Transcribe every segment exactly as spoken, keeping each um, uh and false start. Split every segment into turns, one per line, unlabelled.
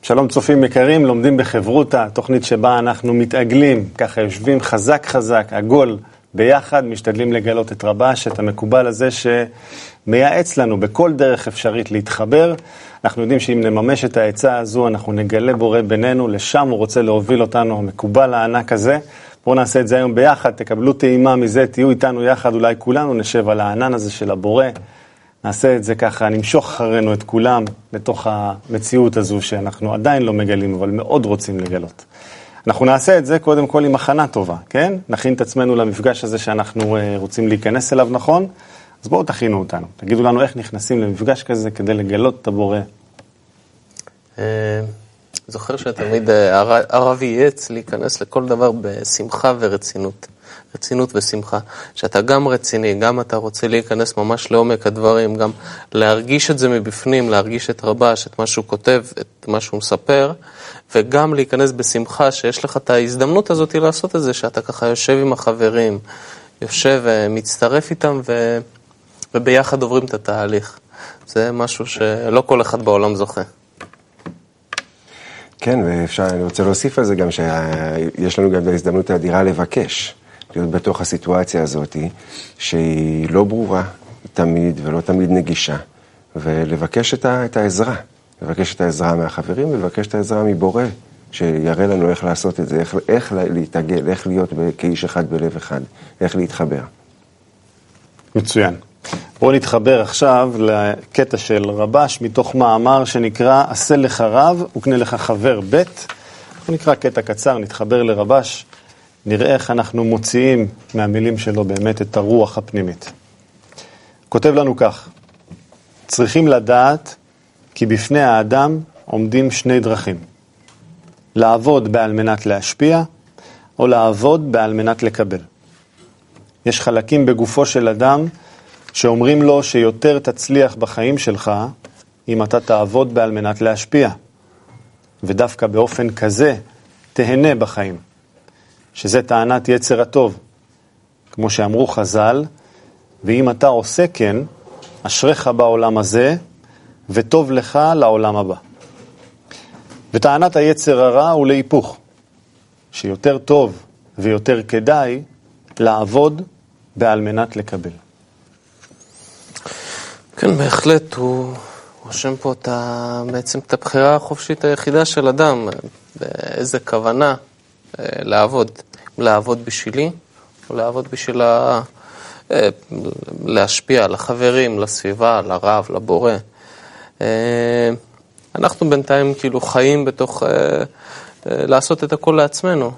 שלום צופים יקרים, לומדים בחברותה, תוכנית שבה אנחנו מתעגלים, ככה יושבים חזק חזק, עגול, ביחד, משתדלים לגלות את רבש, את המקובל הזה שמייעץ לנו בכל דרך אפשרית להתחבר. אנחנו יודעים שאם נממש את העצה הזו, אנחנו נגלה בורא בינינו, לשם הוא רוצה להוביל אותנו, המקובל הענק הזה. בואו נעשה את זה היום ביחד, תקבלו טעימה מזה, תהיו איתנו יחד, אולי כולנו נשב על הענן הזה של הבורא. נעשה את זה ככה, נמשוך אחרינו את כולם לתוך המציאות הזו שאנחנו עדיין לא מגלים, אבל מאוד רוצים לגלות. אנחנו נעשה את זה קודם כל עם הכנה טובה, כן? נכין את עצמנו למפגש הזה שאנחנו רוצים להיכנס אליו, נכון? אז בואו תכינו אותנו. תגידו לנו איך נכנסים למפגש כזה כדי לגלות את הבורא.
זוכר שתמיד הרב ייעץ להיכנס לכל דבר בשמחה ורצינות. רצינות ושמחה. שאתה גם רציני, גם אתה רוצה להיכנס ממש לעומק הדברים, גם להרגיש את זה מבפנים, להרגיש את רבש, את מה שהוא כותב, את מה שהוא מספר, וגם להיכנס בשמחה שיש לך את ההזדמנות הזאת לעשות את זה, שאתה ככה יושב עם החברים, יושב ומצטרף איתם ו... וביחד עוברים את התהליך. זה משהו שלא כל אחד בעולם זוכה.
כן, ואפשר, אני רוצה להוסיף על זה גם שיש לנו גם ההזדמנות האדירה לבקש, להיות בתוך הסיטואציה הזאת, שהיא לא ברורה תמיד ולא תמיד נגישה, ולבקש את, ה, את העזרה, לבקש את העזרה מהחברים, ולבקש את העזרה מבורא, שיראה לנו איך לעשות את זה, איך, איך להתעגל, איך להיות כאיש אחד בלב אחד, איך להתחבר. מצוין.
בואו נתחבר עכשיו לקטע של רבש, מתוך מאמר שנקרא עשה לך רב וקנה לך חבר ב'. אנחנו נקרא קטע קצר, נתחבר לרבש, נראה איך אנחנו מוציאים מהמילים שלו באמת את הרוח הפנימית. כותב לנו כך: צריכים לדעת כי בפני האדם עומדים שני דרכים, לעבוד בעל מנת להשפיע או לעבוד בעל מנת לקבל. יש חלקים בגופו של אדם שאומרים לו שיותר תצליח בחיים שלך אם אתה תעבוד בעל מנת להשפיע, ודווקא באופן כזה תהנה בחיים, שזה טענת יצר הטוב, כמו שאמרו חז"ל, ואם אתה עושה כן, אשריך בעולם הזה וטוב לך לעולם הבא. וטענת היצר הרע הוא להיפוך, שיותר טוב ויותר כדאי לעבוד בעל מנת לקבל.
כן, בהחלט, הוא רושם פה את ה... בעצם את הבחירה החופשית היחידה של אדם, באיזה כוונה לעבוד, לעבוד בשבילי, או לעבוד בשביל ה... להשפיע לחברים, לסביבה, לרב, לבורא. אנחנו בינתיים כאילו חיים בתוך לעשות את הכל לעצמנו,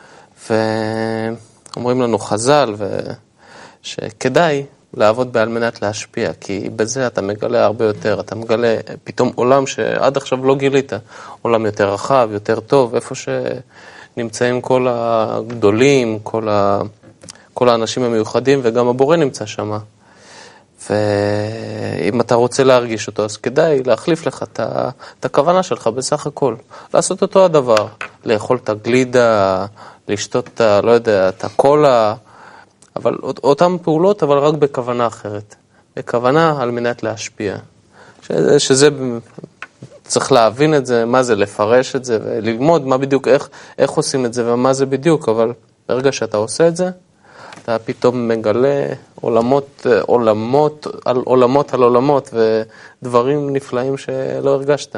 ואומרים לנו חז"ל שכדאי לעבוד בעל מנת להשפיע, כי בזה אתה מגלה הרבה יותר, אתה מגלה פתאום עולם שעד עכשיו לא גילית, עולם יותר רחב, יותר טוב, איפה שנמצאים כל הגדולים, כל, ה... כל האנשים המיוחדים, וגם הבורא נמצא שם. ואם אתה רוצה להרגיש אותו, אז כדאי להחליף לך את, ה... את הכוונה שלך בסך הכל, לעשות אותו הדבר, לאכול את הגלידה, לשתות את, לא יודע, את הקולה, אבל אותם פעולות, אבל רק בכוונה אחרת. בכוונה על מנת להשפיע. שזה, שזה צריך להבין את זה, מה זה, לפרש את זה, וללמוד מה בדיוק, איך, איך עושים את זה ומה זה בדיוק, אבל ברגע שאתה עושה את זה, אתה פתאום מגלה עולמות, עולמות על עולמות על עולמות, ודברים נפלאים שלא הרגשת.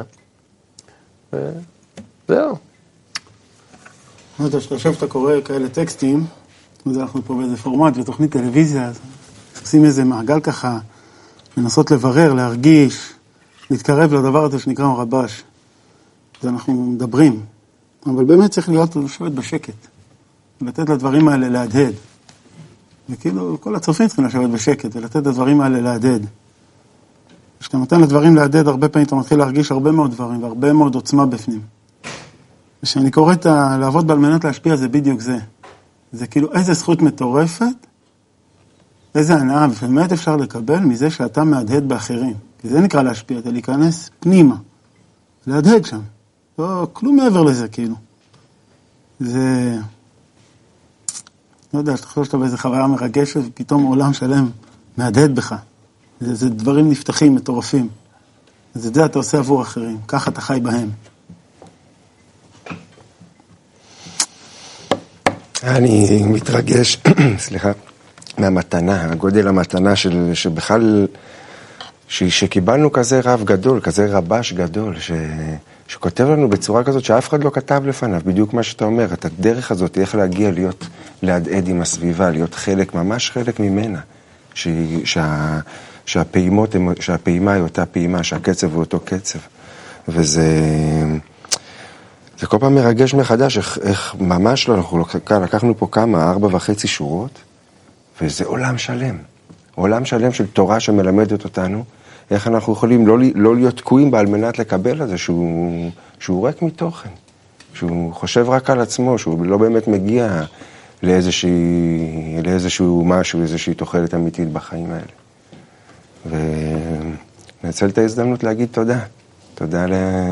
וזהו.
אתה חושב שאתה קורא כאלה טקסטים, אנחנו פה באיזה פורמט ותוכנית טלוויזיה, אז עושים איזה מעגל ככה, לנסות לברר, להרגיש, להתקרב לדבר הזה שנקרא רבש. אז אנחנו מדברים, אבל באמת צריך להיות לשבת בשקט, ולתת לדברים האלה להדהד. וכאילו כל הצופים צריכים לשבת בשקט, ולתת לדברים האלה להדהד. כשאתה נותן לדברים להדהד, הרבה פעמים אתה מתחיל להרגיש הרבה מאוד דברים, והרבה מאוד עוצמה בפנים. כשאני קורא את ה... לעבוד בעל מנת להשפיע, זה בדיוק זה. זה כאילו איזה זכות מטורפת, איזה הנאה, ובאמת אפשר לקבל מזה שאתה מהדהד באחרים. כי זה נקרא להשפיע, אתה להיכנס פנימה, להדהד שם. לא, כלום מעבר לזה, כאילו. זה... לא יודע, שאתה חושב שאתה באיזה חוויה מרגשת, ופתאום עולם שלם מהדהד בך. זה, זה דברים נפתחים, מטורפים. אז את זה אתה עושה עבור אחרים, ככה אתה חי בהם.
אני מתרגש, סליחה, מהמתנה, הגודל המתנה של, שבכלל, ש, שקיבלנו כזה רב גדול, כזה רבש גדול, ש, שכותב לנו בצורה כזאת שאף אחד לא כתב לפניו, בדיוק מה שאתה אומר, את הדרך הזאת, איך להגיע להיות להדהד עם הסביבה, להיות חלק, ממש חלק ממנה, ש, שה, שהפעימות, שהפעימה היא אותה פעימה, שהקצב הוא אותו קצב, וזה... זה כל פעם מרגש מחדש, איך, איך ממש לא, אנחנו לקחנו פה כמה, ארבע וחצי שורות, וזה עולם שלם. עולם שלם של תורה שמלמדת אותנו, איך אנחנו יכולים לא, לא להיות תקועים בה על מנת לקבל את זה, שהוא, שהוא ריק מתוכן, שהוא חושב רק על עצמו, שהוא לא באמת מגיע לאיזושהי, לאיזשהו משהו, איזושהי תוחלת אמיתית בחיים האלה. ונצל את ההזדמנות להגיד תודה. תודה ל...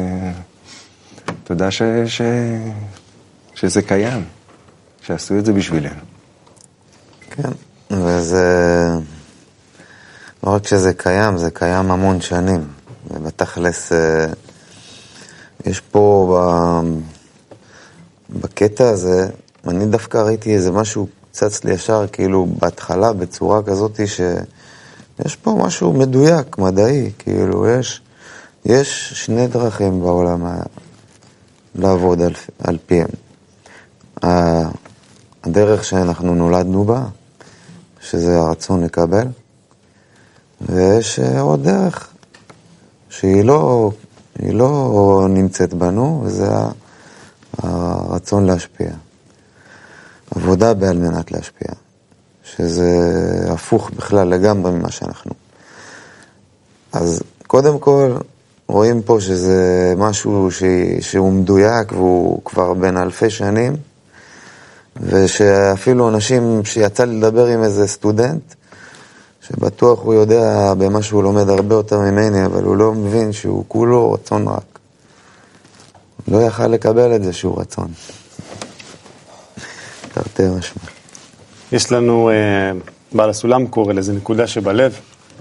תודה ש... ש... שזה קיים, שעשו את זה בשבילנו.
כן, וזה... לא רק שזה קיים, זה קיים המון שנים. ובתכלס, יש פה בקטע הזה, אני דווקא ראיתי איזה משהו צץ לי ישר, כאילו בהתחלה, בצורה כזאת שיש פה משהו מדויק, מדעי, כאילו יש, יש שני דרכים בעולם לעבוד על, על פיהם. הדרך שאנחנו נולדנו בה, שזה הרצון לקבל, ויש עוד דרך שהיא לא, היא לא נמצאת בנו, וזה הרצון להשפיע. עבודה בעל מנת להשפיע, שזה הפוך בכלל לגמרי ממה שאנחנו. אז קודם כל, רואים פה שזה משהו ש... שהוא מדויק, והוא כבר בין אלפי שנים, ושאפילו אנשים שיצא לי לדבר עם איזה סטודנט, שבטוח הוא יודע במה שהוא לומד הרבה יותר ממני, אבל הוא לא מבין שהוא כולו רצון רק. הוא לא יכל לקבל את זה שהוא רצון. תרתי משמע.
יש לנו, בעל הסולם קורא לזה נקודה שבלב,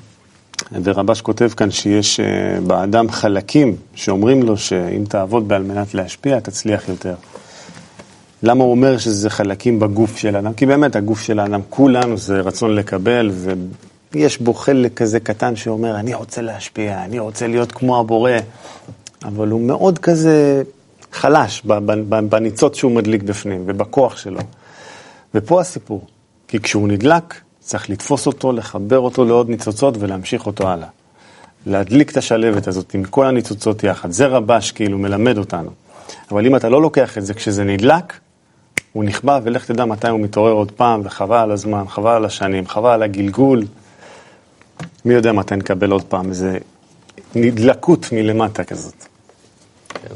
ורבש כותב כאן שיש באדם חלקים שאומרים לו שאם תעבוד בעל מנת להשפיע, תצליח יותר. למה הוא אומר שזה חלקים בגוף של האדם? כי באמת הגוף של האדם, כולנו זה רצון לקבל, ויש בו חלק כזה קטן שאומר, אני רוצה להשפיע, אני רוצה להיות כמו הבורא, אבל הוא מאוד כזה חלש בניצוץ שהוא מדליק בפנים, ובכוח שלו. ופה הסיפור, כי כשהוא נדלק, צריך לתפוס אותו, לחבר אותו לעוד ניצוצות ולהמשיך אותו הלאה. להדליק את השלבת הזאת עם כל הניצוצות יחד. זה רבש כאילו מלמד אותנו. אבל אם אתה לא לוקח את זה כשזה נדלק, הוא נכבה ולך תדע מתי הוא מתעורר עוד פעם, וחבל על הזמן, חבל על השנים, חבל על הגלגול. מי יודע מתי נקבל עוד פעם, איזה נדלקות מלמטה כזאת.
כן.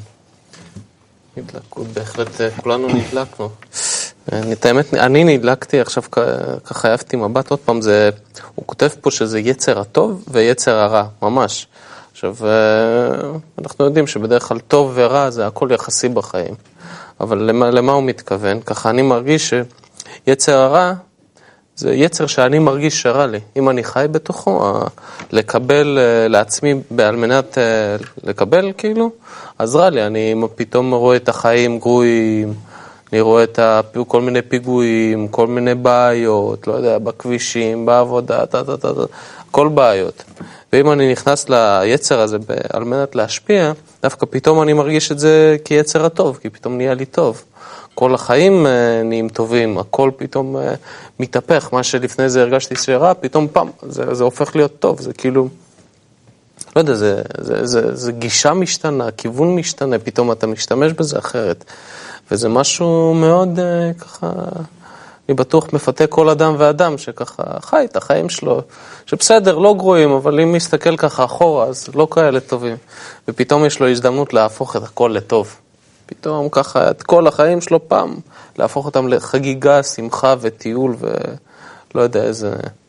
נדלקות, בהחלט כולנו נדלקנו. את האמת, אני נדלקתי, עכשיו ככה העפתי מבט עוד פעם, זה, הוא כותב פה שזה יצר הטוב ויצר הרע, ממש. עכשיו, אנחנו יודעים שבדרך כלל טוב ורע זה הכל יחסי בחיים. אבל למה, למה הוא מתכוון? ככה אני מרגיש שיצר הרע זה יצר שאני מרגיש שרע לי. אם אני חי בתוכו, לקבל לעצמי בעל מנת לקבל כאילו, אז רע לי. אני פתאום רואה את החיים גרועים, אני רואה את כל מיני פיגועים, כל מיני בעיות, לא יודע, בכבישים, בעבודה, ת, ת, ת, ת, כל בעיות. ואם אני נכנס ליצר הזה על מנת להשפיע, דווקא פתאום אני מרגיש את זה כיצר הטוב, כי פתאום נהיה לי טוב. כל החיים נהיים טובים, הכל פתאום מתהפך, מה שלפני זה הרגשתי שרע, פתאום פעם, זה, זה הופך להיות טוב, זה כאילו, לא יודע, זה, זה, זה, זה גישה משתנה, כיוון משתנה, פתאום אתה משתמש בזה אחרת. וזה משהו מאוד ככה, אני בטוח מפתה כל אדם ואדם שככה חי את החיים שלו, שבסדר, לא גרועים, אבל אם מסתכל ככה אחורה, אז לא כאלה טובים. ופתאום יש לו הזדמנות להפוך את הכל לטוב. פתאום ככה, את כל החיים שלו פעם, להפוך אותם לחגיגה, שמחה וטיול, ולא יודע איזה,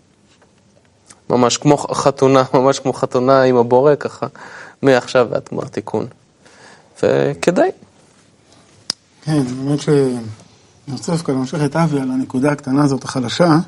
ממש כמו חתונה, ממש כמו חתונה עם הבורא, ככה, מעכשיו ועד גמר תיקון. וכדאי.
כן, באמת שאני רוצה דווקא להמשיך את אבי על הנקודה הקטנה הזאת, החלשה,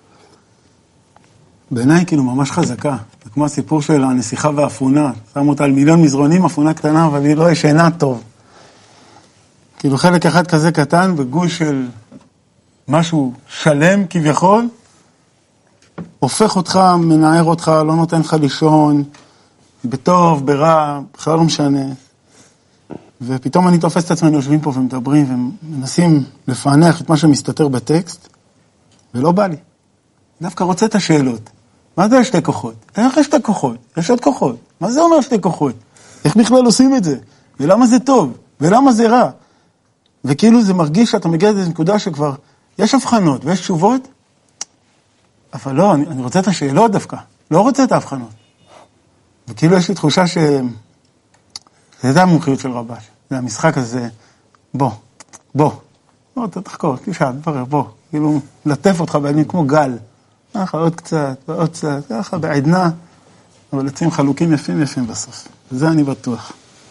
בעיניי כאילו ממש חזקה. זה כמו הסיפור של הנסיכה והאפונה. שמו אותה על מיליון מזרונים, אפונה קטנה, אבל היא לא ישנה טוב. כאילו חלק אחד כזה קטן, בגוש של משהו שלם כביכול, הופך אותך, מנער אותך, לא נותן לך לישון, בטוב, ברע, בכלל לא משנה. ופתאום אני תופס את עצמנו, יושבים פה ומדברים ומנסים לפענח את מה שמסתתר בטקסט, ולא בא לי. דווקא רוצה את השאלות. מה זה שתי כוחות? איך יש שתי כוחות? יש עוד כוחות. מה זה אומר שתי כוחות? איך בכלל עושים את זה? ולמה זה טוב? ולמה זה רע? וכאילו זה מרגיש שאתה מגיע לאיזו נקודה שכבר יש הבחנות ויש תשובות, אבל לא, אני, אני רוצה את השאלות דווקא. לא רוצה את ההבחנות. וכאילו יש לי תחושה ש... זה המומחיות של רבש. זה המשחק הזה, בוא, בוא. בוא, תחקור, תשאל, תברר, בוא. כאילו, לטף אותך בעדנים כמו גל. ככה, עוד קצת, ועוד קצת, ככה, בעדנה. אבל יוצאים חלוקים יפים יפים בסוף. זה אני בטוח.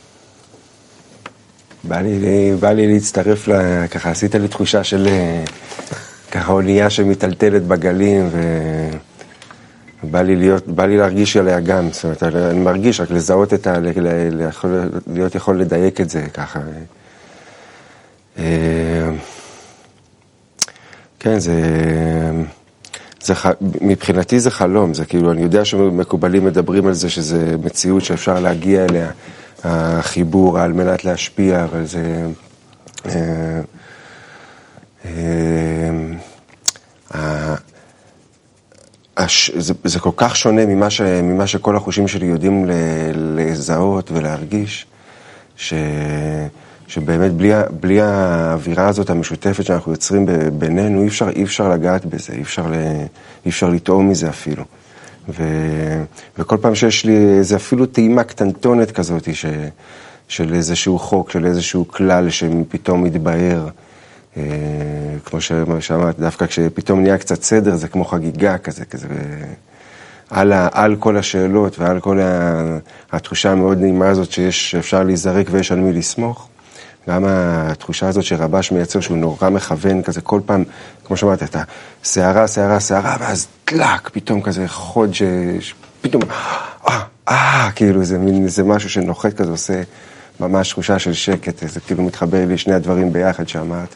בא לי, בא לי להצטרף, לה, ככה עשית לי תחושה של ככה אונייה שמטלטלת בגלים, ובא לי להיות, בא לי להרגיש עליה גם, זאת אומרת, אני מרגיש רק לזהות את ה... להיות יכול לדייק את זה ככה. כן, זה... זה, מבחינתי זה חלום, זה כאילו, אני יודע שמקובלים מדברים על זה, שזה מציאות שאפשר להגיע אליה, החיבור על מנת להשפיע, אבל זה... אה, אה, הש, זה, זה כל כך שונה ממה, ש, ממה שכל החושים שלי יודעים לזהות ולהרגיש, ש, שבאמת בלי, בלי האווירה הזאת המשותפת שאנחנו יוצרים בינינו, אי אפשר, אי אפשר לגעת בזה, אי אפשר, אי אפשר לטעום מזה אפילו. ו, וכל פעם שיש לי איזה אפילו טעימה קטנטונת כזאת, ש, של איזשהו חוק, של איזשהו כלל שפתאום מתבהר, אה, כמו שאמרת, דווקא כשפתאום נהיה קצת סדר, זה כמו חגיגה כזה, כזה, על, על כל השאלות ועל כל התחושה המאוד נעימה הזאת שיש, שאפשר להיזרק ויש על מי לסמוך. גם התחושה הזאת שרבש מייצר שהוא נורא מכוון כזה כל פעם, כמו שאמרת, את השערה, שערה, שערה, ואז דלק, פתאום כזה חוד שפתאום, אה, אה, כאילו זה, זה משהו שנוחת כזה, עושה ממש תחושה של שקט, זה כאילו מתחבר לי שני הדברים ביחד שאמרתם.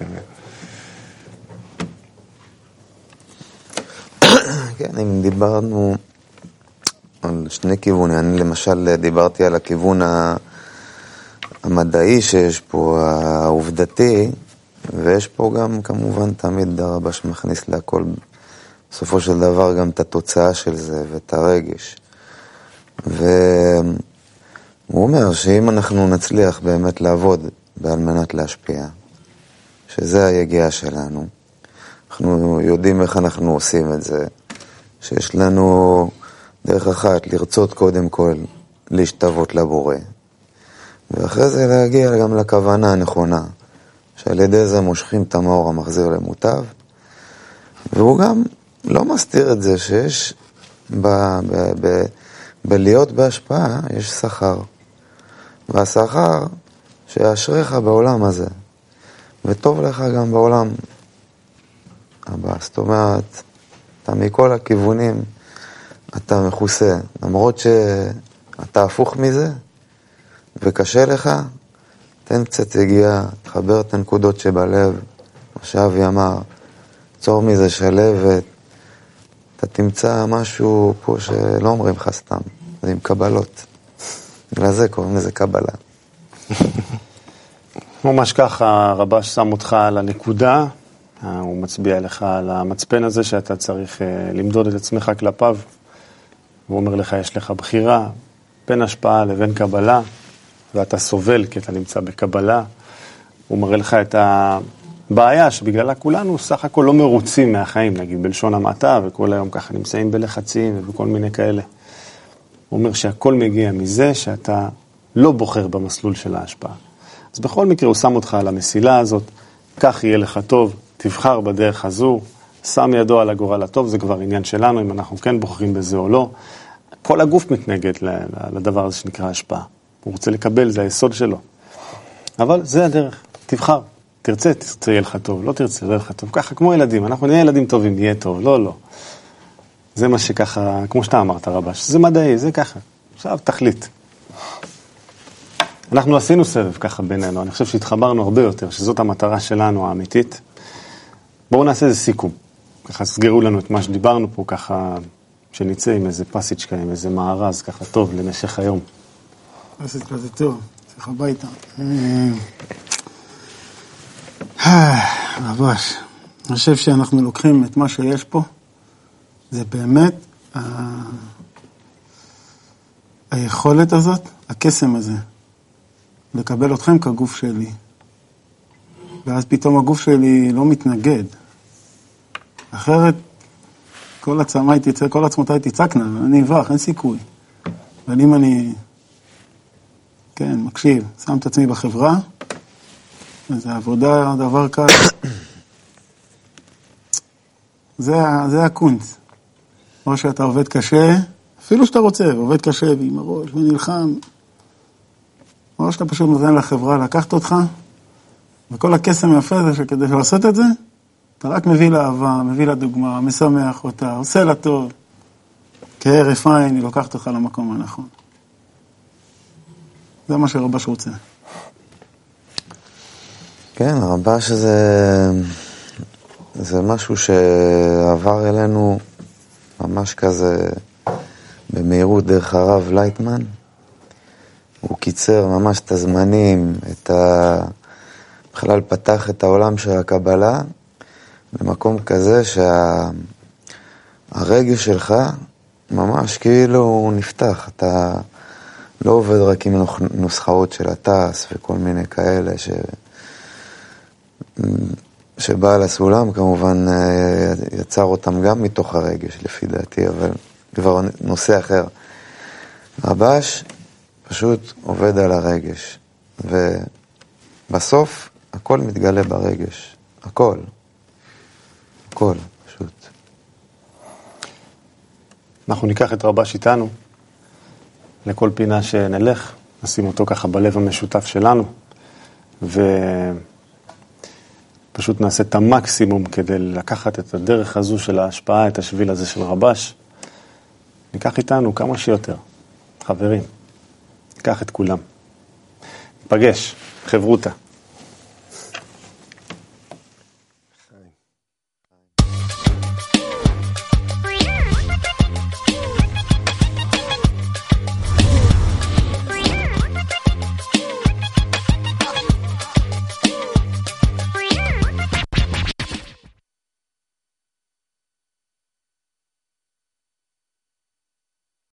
כן, אם דיברנו על שני כיוונים, אני למשל דיברתי על הכיוון ה... המדעי שיש פה, העובדתי, ויש פה גם כמובן תמיד הרבש מכניס להכל, בסופו של דבר גם את התוצאה של זה ואת הרגש. והוא אומר שאם אנחנו נצליח באמת לעבוד על מנת להשפיע, שזה היגיעה שלנו, אנחנו יודעים איך אנחנו עושים את זה, שיש לנו דרך אחת לרצות קודם כל להשתוות לבורא, ואחרי זה להגיע גם לכוונה הנכונה, שעל ידי זה מושכים את המאור המחזיר למוטב, והוא גם לא מסתיר את זה שיש ב, ב, ב, בלהיות בהשפעה יש שכר, והשכר שיאשריך בעולם הזה, וטוב לך גם בעולם הבא. זאת אומרת, אתה מכל הכיוונים, אתה מכוסה, למרות שאתה הפוך מזה, וקשה לך, תן קצת הגיעה, תחבר את הנקודות שבלב, מה שאבי אמר, צור מזה שלבת, אתה תמצא משהו פה שלא אומרים לך סתם, זה עם קבלות. בגלל זה קוראים לזה קבלה.
ממש ככה, רבש שם אותך על הנקודה, הוא מצביע לך על המצפן הזה שאתה צריך למדוד את עצמך כלפיו, הוא אומר לך, יש לך בחירה בין השפעה לבין קבלה, ואתה סובל כי אתה נמצא בקבלה, הוא מראה לך את הבעיה שבגללה כולנו סך הכל לא מרוצים מהחיים, נגיד בלשון המעטה, וכל היום ככה נמצאים בלחצים ובכל מיני כאלה. הוא אומר שהכל מגיע מזה שאתה לא בוחר במסלול של ההשפעה. אז בכל מקרה הוא שם אותך על המסילה הזאת, כך יהיה לך טוב, תבחר בדרך הזו, שם ידו על הגורל הטוב, זה כבר עניין שלנו, אם אנחנו כן בוחרים בזה או לא. כל הגוף מתנגד לדבר הזה שנקרא השפעה. הוא רוצה לקבל, זה היסוד שלו. אבל זה הדרך, תבחר. תרצה, תרצה, יהיה לך טוב, לא תרצה, לא יהיה לך טוב. ככה, כמו ילדים, אנחנו נהיה ילדים טובים, יהיה טוב, לא, לא. זה מה שככה, כמו שאתה אמרת רבש, זה מדעי, זה ככה. עכשיו תחליט. אנחנו עשינו סבב ככה בינינו, אני חושב שהתחברנו הרבה יותר, שזאת המטרה שלנו האמיתית. בואו נעשה איזה סיכום. ככה סגרו לנו את מה שדיברנו פה, ככה שנצא עם איזה פסיצ'קה, עם איזה מערז, ככה טוב למשך היום.
פסיצ'קה זה טוב, צריך הביתה. רבש, אני חושב שאנחנו לוקחים את מה שיש פה, זה באמת ה... היכולת הזאת, הקסם הזה, לקבל אתכם כגוף שלי. ואז פתאום הגוף שלי לא מתנגד. אחרת, כל עצמי תצא, כל עצמותיי תצעקנה, אני אברח, אין סיכוי. אבל אם אני, כן, מקשיב, שם את עצמי בחברה, אז העבודה, דבר קל. זה, זה הקונץ. או שאתה עובד קשה, אפילו שאתה רוצה, עובד קשה ועם הראש ונלחם, או שאתה פשוט נותן לחברה לקחת אותך, וכל הקסם היפה זה שכדי לעשות את זה, אתה רק מביא לה אהבה, מביא לה דוגמה, משמח אותה, עושה לה טוב. כהרף עין, היא לוקחת אותך למקום הנכון. זה מה שרבש רוצה.
כן, רבש זה, זה משהו שעבר אלינו ממש כזה במהירות דרך הרב לייטמן. הוא קיצר ממש את הזמנים, את ה... בכלל פתח את העולם של הקבלה במקום כזה שהרגש שלך ממש כאילו הוא נפתח. אתה לא עובד רק עם נוסחאות של הטס וכל מיני כאלה ש... שבעל הסולם כמובן יצר אותם גם מתוך הרגש לפי דעתי, אבל כבר נושא אחר. רבש פשוט עובד על הרגש, ובסוף הכל מתגלה ברגש, הכל, הכל פשוט.
אנחנו ניקח את רבש איתנו לכל פינה שנלך, נשים אותו ככה בלב המשותף שלנו, ופשוט נעשה את המקסימום כדי לקחת את הדרך הזו של ההשפעה, את השביל הזה של רבש. ניקח איתנו כמה שיותר, חברים, ניקח את כולם. נפגש, חברותה.